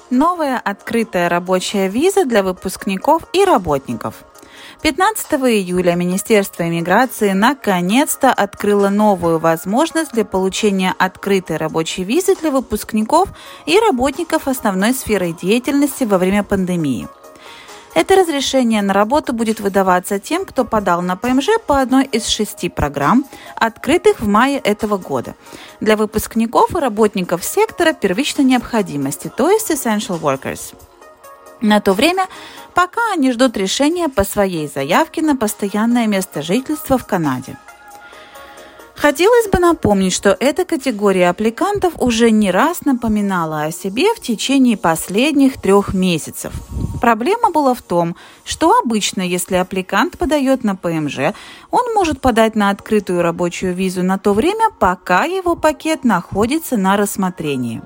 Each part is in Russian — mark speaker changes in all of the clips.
Speaker 1: Новая открытая рабочая виза для выпускников и работников. 15 июля Министерство иммиграции наконец-то открыло новую возможность для получения открытой рабочей визы для выпускников и работников основной сферы деятельности во время пандемии. Это разрешение на работу будет выдаваться тем, кто подал на ПМЖ по одной из 6 программ, открытых в мае этого года, для выпускников и работников сектора первичной необходимости, то есть Essential Workers. На то время, пока они ждут решения по своей заявке на постоянное место жительства в Канаде. Хотелось бы напомнить, что эта категория аппликантов уже не раз напоминала о себе в течение последних 3 месяцев. Проблема была в том, что обычно, если аппликант подает на ПМЖ, он может подать на открытую рабочую визу на то время, пока его пакет находится на рассмотрении.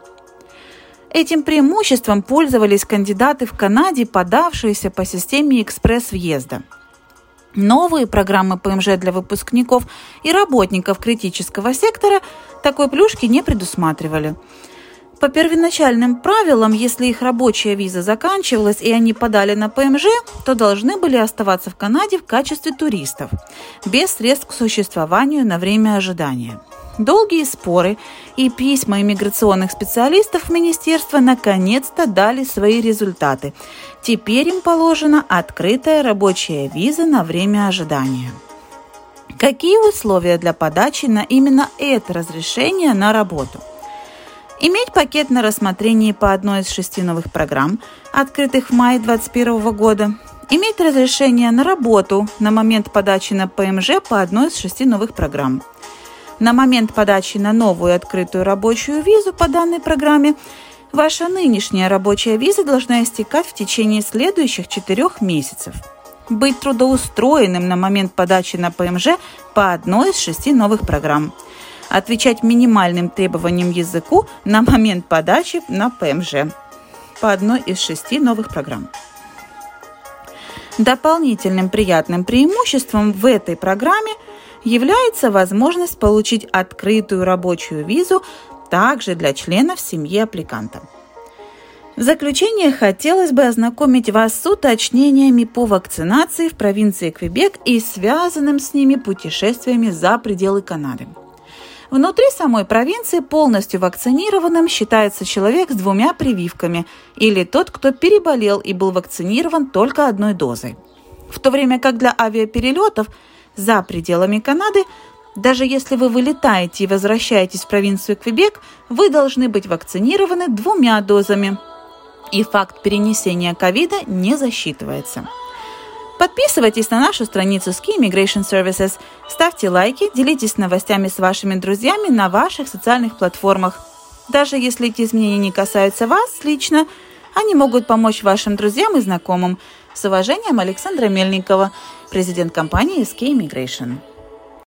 Speaker 1: Этим преимуществом пользовались кандидаты в Канаде, подавшиеся по системе экспресс-въезда. Новые программы ПМЖ для выпускников и работников критического сектора такой плюшки не предусматривали. По первоначальным правилам, если их рабочая виза заканчивалась и они подали на ПМЖ, то должны были оставаться в Канаде в качестве туристов, без средств к существованию на время ожидания. Долгие споры и письма иммиграционных специалистов в министерство наконец-то дали свои результаты. Теперь им положена открытая рабочая виза на время ожидания. Какие условия для подачи на именно это разрешение на работу? Иметь пакет на рассмотрении по одной из 6 новых программ, открытых в мае 2021 года. Иметь разрешение на работу на момент подачи на ПМЖ по одной из 6 новых программ. На момент подачи на новую открытую рабочую визу по данной программе ваша нынешняя рабочая виза должна истекать в течение следующих 4 месяцев. Быть трудоустроенным на момент подачи на ПМЖ по одной из 6 новых программ. Отвечать минимальным требованиям языку на момент подачи на ПМЖ по одной из 6 новых программ. Дополнительным приятным преимуществом в этой программе является возможность получить открытую рабочую визу также для членов семьи аппликанта. В заключение хотелось бы ознакомить вас с уточнениями по вакцинации в провинции Квебек и связанным с ними путешествиями за пределы Канады. Внутри самой провинции полностью вакцинированным считается человек с 2 прививками или тот, кто переболел и был вакцинирован только 1 дозой. В то время как для авиаперелетов за пределами Канады, даже если вы вылетаете и возвращаетесь в провинцию Квебек, вы должны быть вакцинированы 2 дозами, и факт перенесения ковида не засчитывается. Подписывайтесь на нашу страницу Ski Immigration Services, ставьте лайки, делитесь новостями с вашими друзьями на ваших социальных платформах. Даже если эти изменения не касаются вас лично, они могут помочь вашим друзьям и знакомым. С уважением, Александра Мельникова, президент компании Ski Immigration.